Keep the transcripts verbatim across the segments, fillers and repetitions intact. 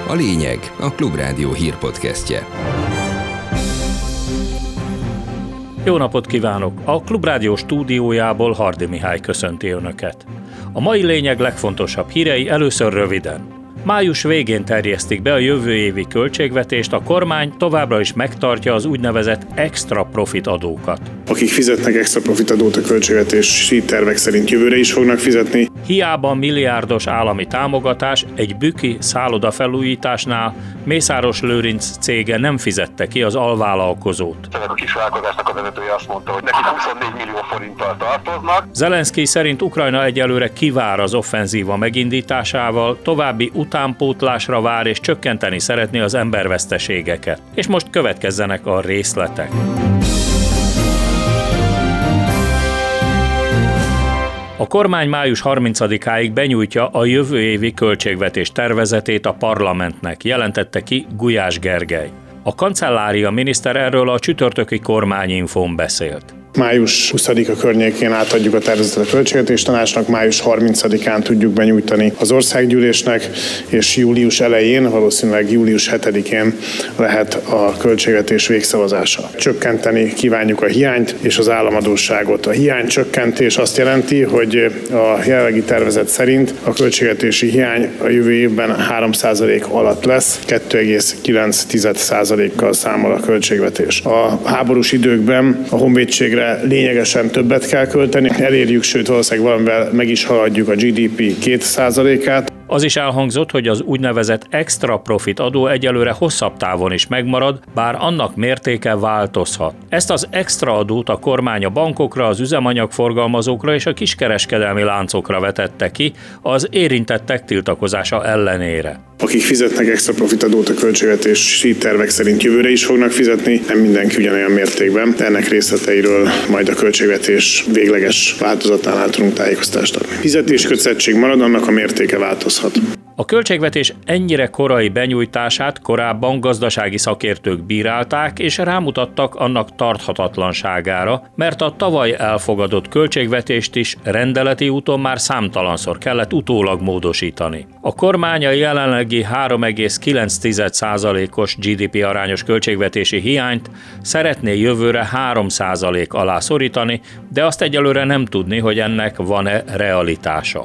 A lényeg a Klubrádió hírpodcastje. Jó napot kívánok! A Klubrádió stúdiójából Hardy Mihály köszönti Önöket. A mai lényeg legfontosabb hírei először röviden. Május végén terjesztik be a jövő évi költségvetést, a kormány továbbra is megtartja az úgynevezett extra profit adókat. Akik fizetnek extra profit adót a költségvetési tervek szerint jövőre is fognak fizetni. Hiába milliárdos állami támogatás, egy büki szálloda felújításnál Mészáros Lőrinc cége nem fizette ki az alvállalkozót. A kisvállalkozásnak a vezetője azt mondta, hogy neki huszonnégy millió forinttal tartoznak. Zelenszky szerint Ukrajna egyelőre kivár az offenzíva megindításával, további utánpótlásra vár és csökkenteni szeretné az emberveszteségeket. És most következzenek a részletek. A kormány május harmincadikáig benyújtja a jövő évi költségvetés tervezetét a parlamentnek, jelentette ki Gulyás Gergely. A kancellária miniszter erről a csütörtöki kormányinfón beszélt. Május huszadika környékén átadjuk a tervezetet a Költségvetés Tanácsnak, május harmincadikán tudjuk benyújtani az országgyűlésnek, és július elején, valószínűleg július hetedikén lehet a költségvetés végszavazása. Csökkenteni kívánjuk a hiányt és az államadósságot. A hiány csökkentés azt jelenti, hogy a jelenlegi tervezet szerint a költségvetési hiány a jövő évben három százalék alatt lesz, kettő egész kilenc százalékkal számol a költségvetés. A háborús időkben a honvédségre lényegesen többet kell költeni, elérjük, sőt valószínűleg valamivel meg is haladjuk a gé dé pé két százalékát. Az is elhangzott, hogy az úgynevezett extra profit adó egyelőre hosszabb távon is megmarad, bár annak mértéke változhat. Ezt az extra adót a kormány a bankokra, az üzemanyagforgalmazókra és a kiskereskedelmi láncokra vetette ki az érintettek tiltakozása ellenére. Akik fizetnek extra profit adót a költségvetési tervek szerint jövőre is fognak fizetni, nem mindenki ugyanolyan mértékben, de ennek részleteiről majd a költségvetés végleges változatánál tudunk tájékoztást adni. Fizetéskötelezettség marad, annak a mértéke változhat. A költségvetés ennyire korai benyújtását korábban gazdasági szakértők bírálták és rámutattak annak tarthatatlanságára, mert a tavaly elfogadott költségvetést is rendeleti úton már számtalanszor kellett utólag módosítani. A kormány a jelenlegi három egész kilenc százalékos gé dé pé arányos költségvetési hiányt szeretné jövőre három százalék alá szorítani, de azt egyelőre nem tudni, hogy ennek van-e realitása.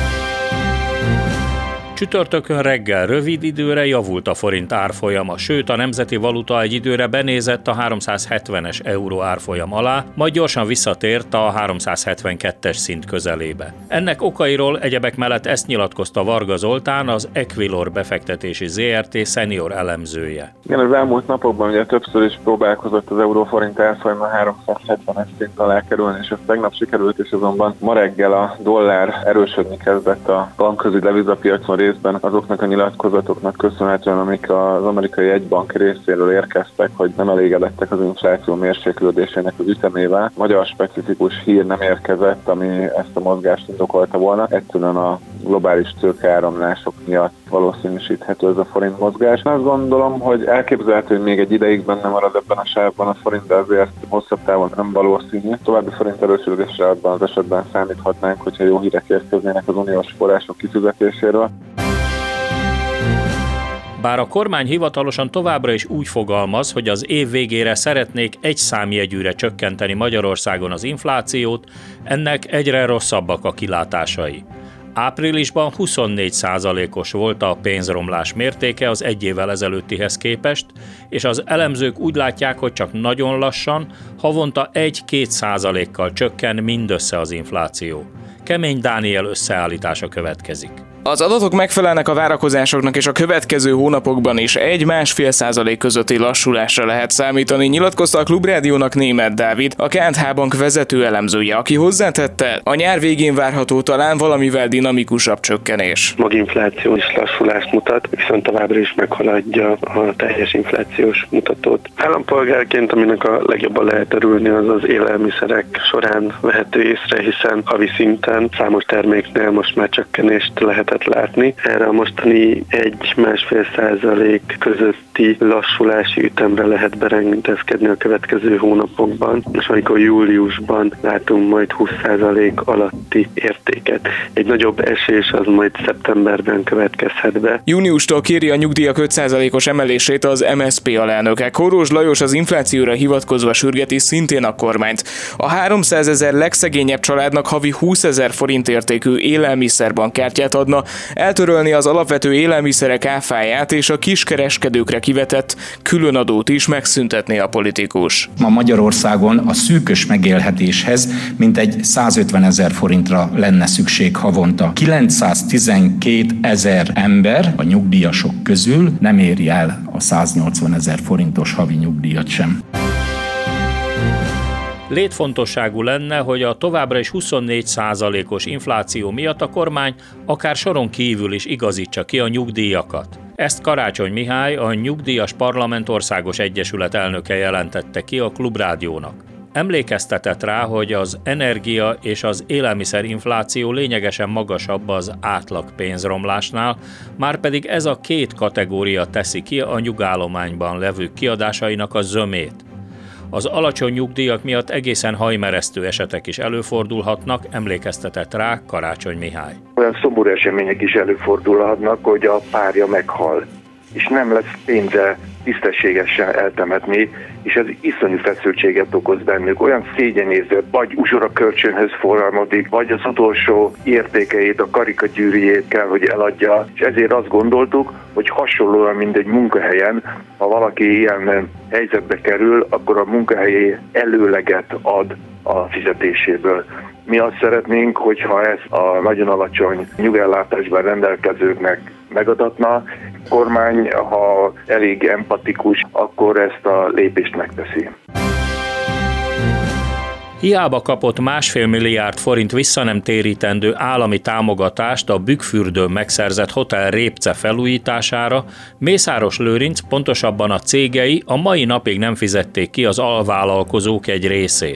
Csütörtökön reggel rövid időre javult a forint árfolyama, sőt a nemzeti valuta egy időre benézett a háromszázhetvenes euró árfolyam alá, majd gyorsan visszatért a háromszázhetvenkettes szint közelébe. Ennek okairól egyebek mellett ezt nyilatkozta Varga Zoltán, az Equilor befektetési zé er té senior elemzője. Igen, az elmúlt napokban ugye többször is próbálkozott az euró-forint árfolyam a háromszázhetvenes szint alá kerülni, és ez tegnap sikerült, és azonban ma reggel a dollár erősödni kezdett a bankközi devizapiacon részben azoknak a nyilatkozatoknak köszönhetően, amik az amerikai jegybank részéről érkeztek, hogy nem elégedettek az infláció mérséklődésének az ütemével. Magyar specifikus hír nem érkezett, ami ezt a mozgást indokolta volna. Egyszerűen a globális tőkeáramlások miatt valószínűsíthető ez a forint mozgás. Azt gondolom, hogy elképzelhető, hogy még egy ideig benne marad ebben a sávban a forint, de azért hosszabb távon nem valószínű. További forint erősödésre abban az esetben számíthatnánk, hogyha jó hírek érkeznének az uniós források kifizetéséről. Bár a kormány hivatalosan továbbra is úgy fogalmaz, hogy az év végére szeretnék egy számjegyűre csökkenteni Magyarországon az inflációt, ennek egyre rosszabbak a kilátásai. Áprilisban huszonnégy százalékos volt a pénzromlás mértéke az egy évvel ezelőttihez képest, és az elemzők úgy látják, hogy csak nagyon lassan, havonta egy-két százalékkal csökken mindössze az infláció. Kemény Dániel összeállítása következik. Az adatok megfelelnek a várakozásoknak, és a következő hónapokban is egy-másfél százalék közötti lassulásra lehet számítani, nyilatkozta a Klubrádiónak Németh Dávid, a ká en há Bank vezető elemzője, aki hozzátette, a nyár végén várható talán valamivel dinamikusabb csökkenés. Maginfláció is lassulást mutat, viszont továbbra is meghaladja a teljes inflációs mutatót. Állampolgárként, aminek a legjobban lehet örülni, az az élelmiszerek során vehető észre, hiszen havi szinten számos terméknél most már csökkenést lehet lehetett látni. Erre a mostani egy-másfél százalék közötti lassulási ütemre lehet berendezkedni a következő hónapokban, és amikor júliusban látunk majd húsz százalék alatti értéket. Egy nagyobb esés az majd szeptemberben következhet be. Júniustól kéri a nyugdíjak öt százalékos emelését az em es zé pé alelnöke. Kóros Lajos az inflációra hivatkozva sürgeti szintén a kormányt. A háromszázezer legszegényebb családnak havi húszezer forint értékű élelmiszerbankkártyát adna, eltörölni az alapvető élelmiszerek áfáját és a kiskereskedőkre kivetett különadót is megszüntetné a politikus. Ma Magyarországon a szűkös megélhetéshez mintegy százötvenezer forintra lenne szükség havonta. kilencszáztizenkét ezer a nyugdíjasok közül nem éri el a száznyolcvanezer forintos havi nyugdíjat sem. Létfontosságú lenne, hogy a továbbra is huszonnégy százalékos infláció miatt a kormány akár soron kívül is igazítsa ki a nyugdíjakat. Ezt Karácsony Mihály, a Nyugdíjas Parlament Országos Egyesület elnöke jelentette ki a Klubrádiónak. Emlékeztetett rá, hogy az energia és az élelmiszerinfláció lényegesen magasabb az átlag pénzromlásnál, márpedig ez a két kategória teszi ki a nyugállományban levők kiadásainak a zömét. Az alacsony nyugdíjak miatt egészen hajmeresztő esetek is előfordulhatnak, emlékeztetett rá Karácsony Mihály. Olyan szomorú események is előfordulhatnak, hogy a párja meghal, és nem lesz pénze tisztességesen eltemetni, és ez iszonyú feszültséget okoz bennük. Olyan szégyenéző, vagy uzsora kölcsönhöz forralmodik, vagy az utolsó értékeit, a karikagyűrűjét kell, hogy eladja, és ezért azt gondoltuk, hogy hasonlóan, mint egy munkahelyen, ha valaki ilyen helyzetbe kerül, akkor a munkahelyi előleget ad a fizetéséből. Mi azt szeretnénk, hogyha ezt a nagyon alacsony nyugellátásban rendelkezőknek megadatna, a kormány, ha elég empatikus, akkor ezt a lépést megteszi. Hiába kapott másfél milliárd forint visszanemtérítendő állami támogatást a Bükkfürdőn megszerzett hotel Répce felújítására, Mészáros Lőrinc, pontosabban a cégei a mai napig nem fizették ki az alvállalkozók egy részét.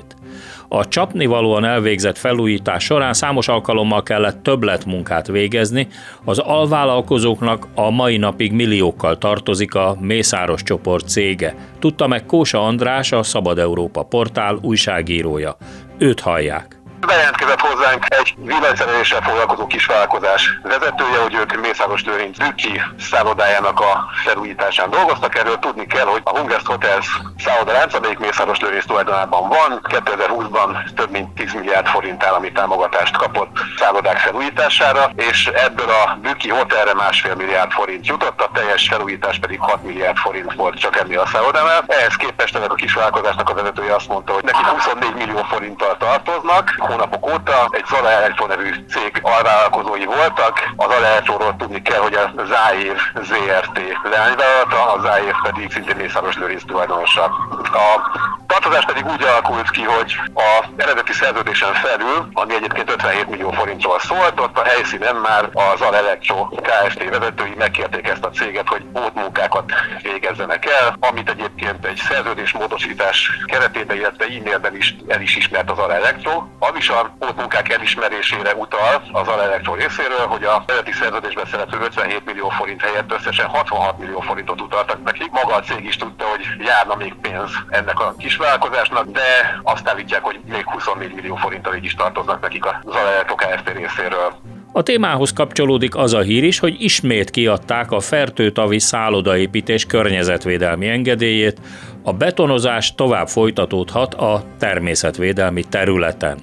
A csapnivalóan elvégzett felújítás során számos alkalommal kellett többletmunkát végezni, az alvállalkozóknak a mai napig milliókkal tartozik a Mészáros csoport cége, tudta meg Kósa András, a Szabad Európa portál újságírója. Őt hallják. Bejelentkezett hozzánk egy villanyszereléssel foglalkozó kisvállalkozás vezetője, hogy ők Mészáros Lőrinc Bükki szállodájának a felújításán dolgoztak. Erről tudni kell, hogy a Hungerst Hotels szállodalánc, amelyik Mészáros Lőrinc tulajdonában van, kétezer-húszban több mint tíz milliárd forint állami támogatást kapott szállodák felújítására, és ebből a Bükki Hotelre másfél milliárd forint jutott, a teljes felújítás pedig hat milliárd forint volt csak ennél a szállodánál. Ehhez képest ennek a kisvállalkozásnak a vezetője azt mondta, hogy neki huszonnégy millió forinttal tartoznak. Hónapok óta egy Zala Elektro nevű cég alvállalkozói voltak. Az Zala Elektróról tudni kell, hogy a Záér zé er té leányvállalata, a Záér pedig szintén Mészáros Lőrinc tulajdonosa. A tartozás pedig úgy alakult ki, hogy az eredeti szerződésen felül, ami egyébként ötvenhét millió forintról szólt, ott a helyszínen már a Zala Elektro Kft. Vezetői megkérték ezt a céget, hogy pótmunkákat végezzenek el, amit egyébként egy szerződésmódosítás keretében, illetve e-mailben is el is ismert az Zala Elektro. Az is a pótmunkák elismerésére utal az Zala Elektro részéről, hogy a eredeti szerződésben szereplő ötvenhét millió forint helyett összesen hatvanhat millió forintot utaltak nekik. Maga a cég is tudta, hogy járna még pénz ennek a kisvállalkozásnak, de azt állítják, hogy még huszonnégy millió forinttal így is tartoznak nekik a Zala Elektro Kft. Részéről. A témához kapcsolódik az a hír is, hogy ismét kiadták a Fertőtavi szállodaépítés környezetvédelmi engedélyét, a betonozás tovább folytatódhat a természetvédelmi területen.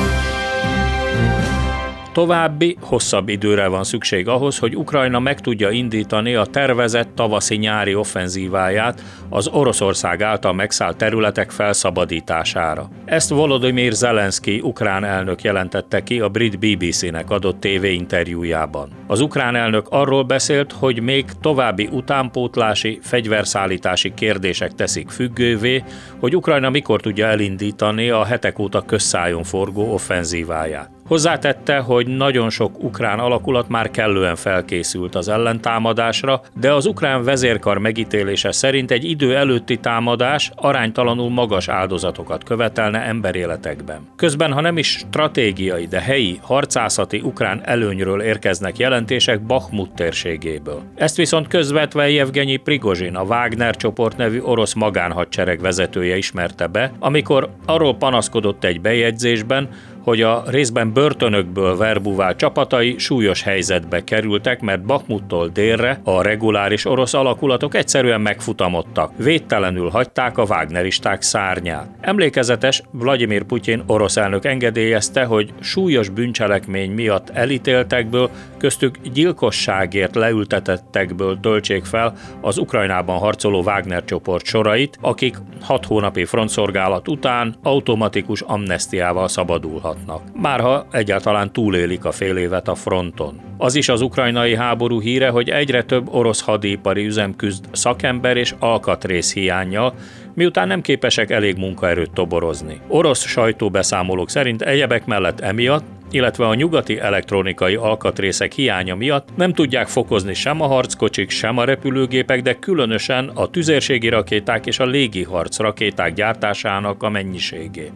További, hosszabb időre van szükség ahhoz, hogy Ukrajna meg tudja indítani a tervezett tavaszi-nyári offenzíváját az Oroszország által megszállt területek felszabadítására. Ezt Volodymyr Zelenszky ukrán elnök jelentette ki a brit bé bé cé-nek adott tévéinterjújában. Az ukrán elnök arról beszélt, hogy még további utánpótlási, fegyverszállítási kérdések teszik függővé, hogy Ukrajna mikor tudja elindítani a hetek óta közszájon forgó offenzíváját. Hozzátette, hogy nagyon sok ukrán alakulat már kellően felkészült az ellentámadásra, de az ukrán vezérkar megítélése szerint egy idő előtti támadás aránytalanul magas áldozatokat követelne emberéletekben. Közben, ha nem is stratégiai, de helyi, harcászati ukrán előnyről érkeznek jelentések Bahmut térségéből. Ezt viszont közvetve Jevgenyi Prigozsin, a Wagner csoport nevű orosz magánhadsereg vezetője ismerte be, amikor arról panaszkodott egy bejegyzésben, hogy a részben börtönökből verbuvált csapatai súlyos helyzetbe kerültek, mert Bahmuttól délre a reguláris orosz alakulatok egyszerűen megfutamodtak, védtelenül hagyták a wagneristák szárnyát. Emlékezetes, Vladimir Putyin orosz elnök engedélyezte, hogy súlyos bűncselekmény miatt elítéltekből, köztük gyilkosságért leültetettekből töltsék fel az Ukrajnában harcoló Wagner csoport sorait, akik hat hónapi frontszolgálat után automatikus amnesztiával szabadulhatnak. Márha egyáltalán túlélik a fél évet a fronton. Az is az ukrajnai háború híre, hogy egyre több orosz hadipari üzem küzd szakember és alkatrész hiánnyal, miután nem képesek elég munkaerőt toborozni. Orosz sajtóbeszámolók szerint egyebek mellett emiatt, illetve a nyugati elektronikai alkatrészek hiánya miatt nem tudják fokozni sem a harckocsik, sem a repülőgépek, de különösen a tüzérségi rakéták és a légiharc rakéták gyártásának a mennyiségét.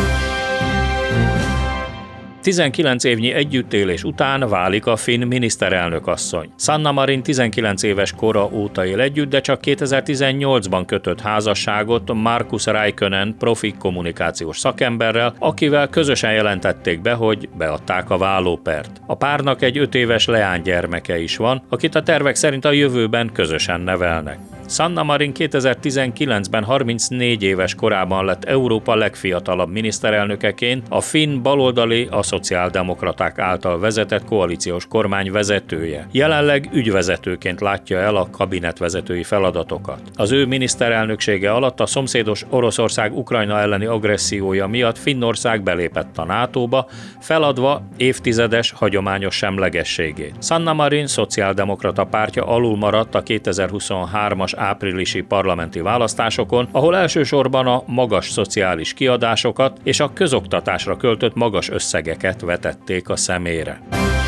tizenkilenc évnyi együttélés után válik a finn miniszterelnök asszony. Sanna Marin tizenkilenc éves kora óta él együtt, de csak kétezer-tizennyolcban kötött házasságot Markus Räikkönen profi kommunikációs szakemberrel, akivel közösen jelentették be, hogy beadták a vállópert. A párnak egy öt éves leánygyermeke is van, akit a tervek szerint a jövőben közösen nevelnek. Sanna Marin kétezer-tizenkilencben harmincnégy éves korában lett Európa legfiatalabb miniszterelnökeként, a finn baloldali, a szociáldemokraták által vezetett koalíciós kormány vezetője. Jelenleg ügyvezetőként látja el a kabinetvezetői feladatokat. Az ő miniszterelnöksége alatt a szomszédos Oroszország Ukrajna elleni agressziója miatt Finnország belépett a nátóba, feladva évtizedes hagyományos semlegességét. Sanna Marin szociáldemokrata pártja alul maradt a kétezer-huszonhármas áprilisi parlamenti választásokon, ahol elsősorban a magas szociális kiadásokat és a közoktatásra költött magas összegeket vetették a szemére.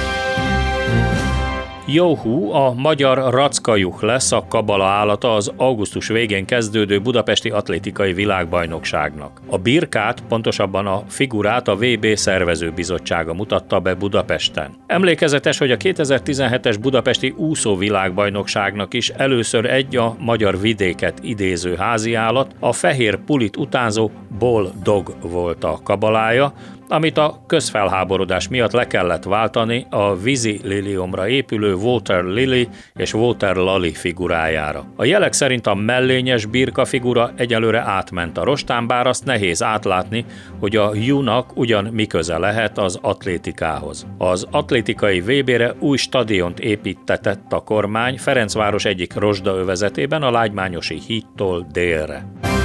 Jóhu, a magyar rackajuh lesz a kabala állata az augusztus végén kezdődő budapesti atlétikai világbajnokságnak. A birkát, pontosabban a figurát a vé bé szervezőbizottsága mutatta be Budapesten. Emlékezetes, hogy a kétezer-tizenhetes budapesti úszó világbajnokságnak is először egy a magyar vidéket idéző háziállat, a fehér pulit utánzó Bull Dog volt a kabalája, amit a közfelháborodás miatt le kellett váltani a vízi liliomra épülő Water Lily és Water Lily figurájára. A jelek szerint a mellényes birka figura egyelőre átment a rostán, bár azt nehéz átlátni, hogy a juhnak ugyan mi köze lehet az atlétikához. Az atlétikai vé bére új stadiont építtetett a kormány Ferencváros egyik rozsdaövezetében a Lágymányosi hídtól délre.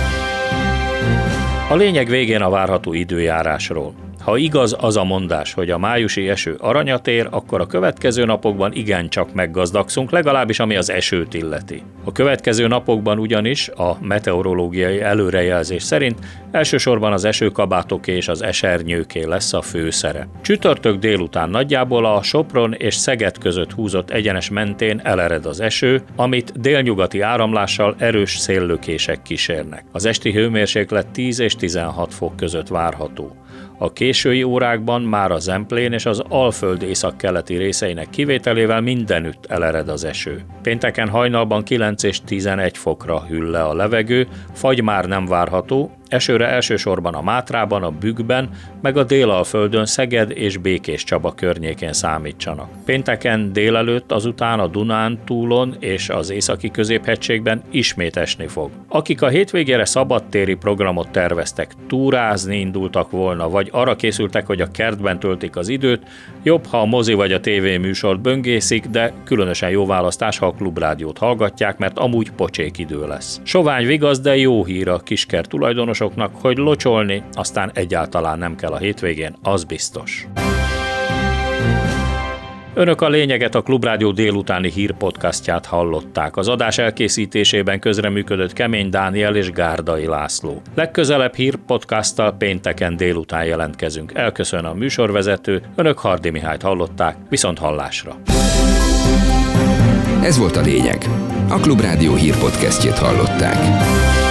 A lényeg végén a várható időjárásról. Ha igaz az a mondás, hogy a májusi eső aranyat ér, akkor a következő napokban igencsak meggazdagszunk, legalábbis ami az esőt illeti. A következő napokban ugyanis a meteorológiai előrejelzés szerint elsősorban az esőkabátoké és az esernyőké lesz a főszere. Csütörtök délután nagyjából a Sopron és Szeged között húzott egyenes mentén elered az eső, amit délnyugati áramlással erős széllökések kísérnek. Az esti hőmérséklet tíz és tizenhat fok között várható. A késői órákban már a Zemplén és az Alföld északkeleti részeinek kivételével mindenütt elered az eső. Pénteken hajnalban kilenc és tizenegy fokra hűl le a levegő, fagy már nem várható, esőre elsősorban a Mátrában, a Bükkben, meg a Délalföldön, Szeged és Békéscsaba környékén számítsanak. Pénteken délelőtt azután a Dunántúlon és az északi középhegységben ismét esni fog. Akik a hétvégére szabadtéri programot terveztek, túrázni indultak volna, vagy arra készültek, hogy a kertben töltik az időt, jobb, ha a mozi vagy a tévé műsort böngészik, de különösen jó választás, ha a Klubrádiót hallgatják, mert amúgy pocsék idő lesz. Sovány vigasz, de jó hír a kiskert tulajdonosoknak, hogy locsolni aztán egyáltalán nem kell a hétvégén, az biztos. Önök a lényeget, a Klubrádió délutáni hírpodcastját hallották. Az adás elkészítésében közreműködött Kemény Dániel és Gárdai László. Legközelebb hírpodcasttal pénteken délután jelentkezünk. Elköszön a műsorvezető, Önök Hardi Mihályt hallották, viszont hallásra. Ez volt a lényeg. A Klubrádió hírpodcastjét hallották.